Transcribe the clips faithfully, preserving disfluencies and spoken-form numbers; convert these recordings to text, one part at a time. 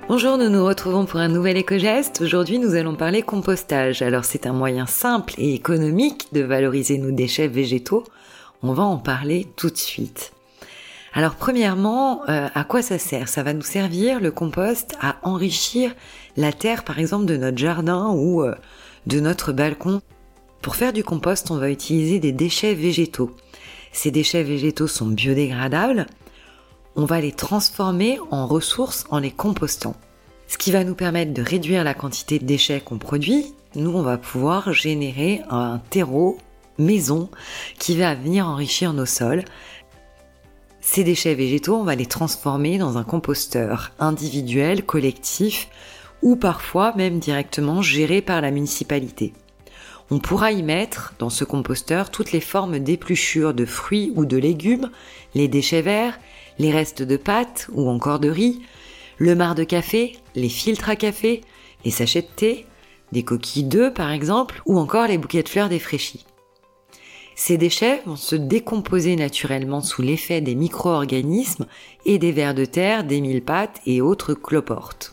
Bonjour, nous nous retrouvons pour un nouvel éco-geste. Aujourd'hui, nous allons parler compostage. Alors, c'est un moyen simple et économique de valoriser nos déchets végétaux. On va en parler tout de suite. Alors, premièrement, euh, à quoi ça sert ? Ça va nous servir, le compost, à enrichir la terre, par exemple, de notre jardin ou euh, de notre balcon. Pour faire du compost, on va utiliser des déchets végétaux. Ces déchets végétaux sont biodégradables. On va les transformer en ressources en les compostant. Ce qui va nous permettre de réduire la quantité de déchets qu'on produit. Nous, on va pouvoir générer un terreau maison qui va venir enrichir nos sols. Ces déchets végétaux, on va les transformer dans un composteur individuel, collectif ou parfois même directement géré par la municipalité. On pourra y mettre dans ce composteur toutes les formes d'épluchures de fruits ou de légumes, les déchets verts, les restes de pâtes ou encore de riz, le marc de café, les filtres à café, les sachets de thé, des coquilles d'œufs par exemple, ou encore les bouquets de fleurs défraîchis. Ces déchets vont se décomposer naturellement sous l'effet des micro-organismes et des vers de terre, des mille-pattes et autres cloportes.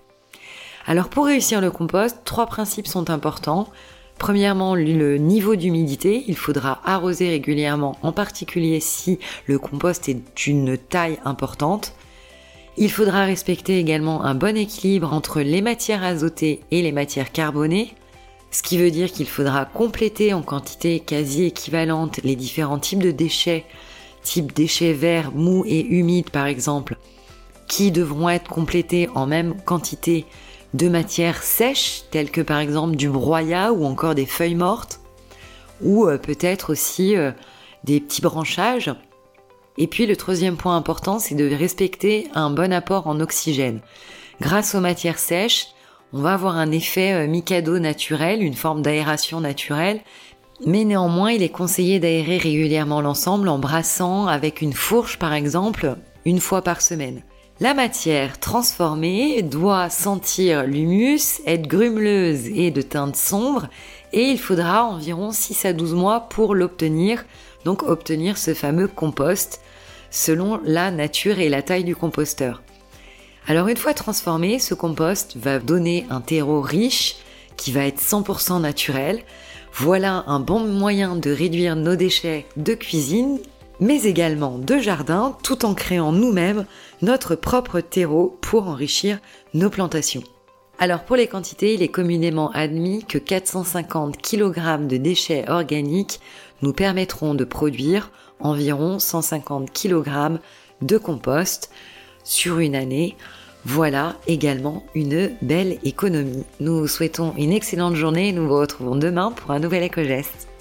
Alors pour réussir le compost, trois principes sont importants. Premièrement, le niveau d'humidité, il faudra arroser régulièrement, en particulier si le compost est d'une taille importante. Il faudra respecter également un bon équilibre entre les matières azotées et les matières carbonées, ce qui veut dire qu'il faudra compléter en quantité quasi équivalente les différents types de déchets, type déchets verts, mous et humides par exemple, qui devront être complétés en même quantité de matières sèches, telles que par exemple du broyat ou encore des feuilles mortes, ou euh, peut-être aussi euh, des petits branchages. Et puis le troisième point important, c'est de respecter un bon apport en oxygène. Grâce aux matières sèches, on va avoir un effet euh, Mikado naturel, une forme d'aération naturelle, mais néanmoins il est conseillé d'aérer régulièrement l'ensemble en brassant avec une fourche par exemple, une fois par semaine. La matière transformée doit sentir l'humus, être grumeleuse et de teinte sombre, et il faudra environ six à douze mois pour l'obtenir, donc obtenir ce fameux compost selon la nature et la taille du composteur. Alors une fois transformé, ce compost va donner un terreau riche qui va être cent pour cent naturel. Voilà un bon moyen de réduire nos déchets de cuisine, mais également de jardin, tout en créant nous-mêmes notre propre terreau pour enrichir nos plantations. Alors pour les quantités, il est communément admis que quatre cent cinquante kilogrammes de déchets organiques nous permettront de produire environ cent cinquante kilogrammes de compost sur une année. Voilà également une belle économie. Nous vous souhaitons une excellente journée et nous vous retrouvons demain pour un nouvel éco-geste.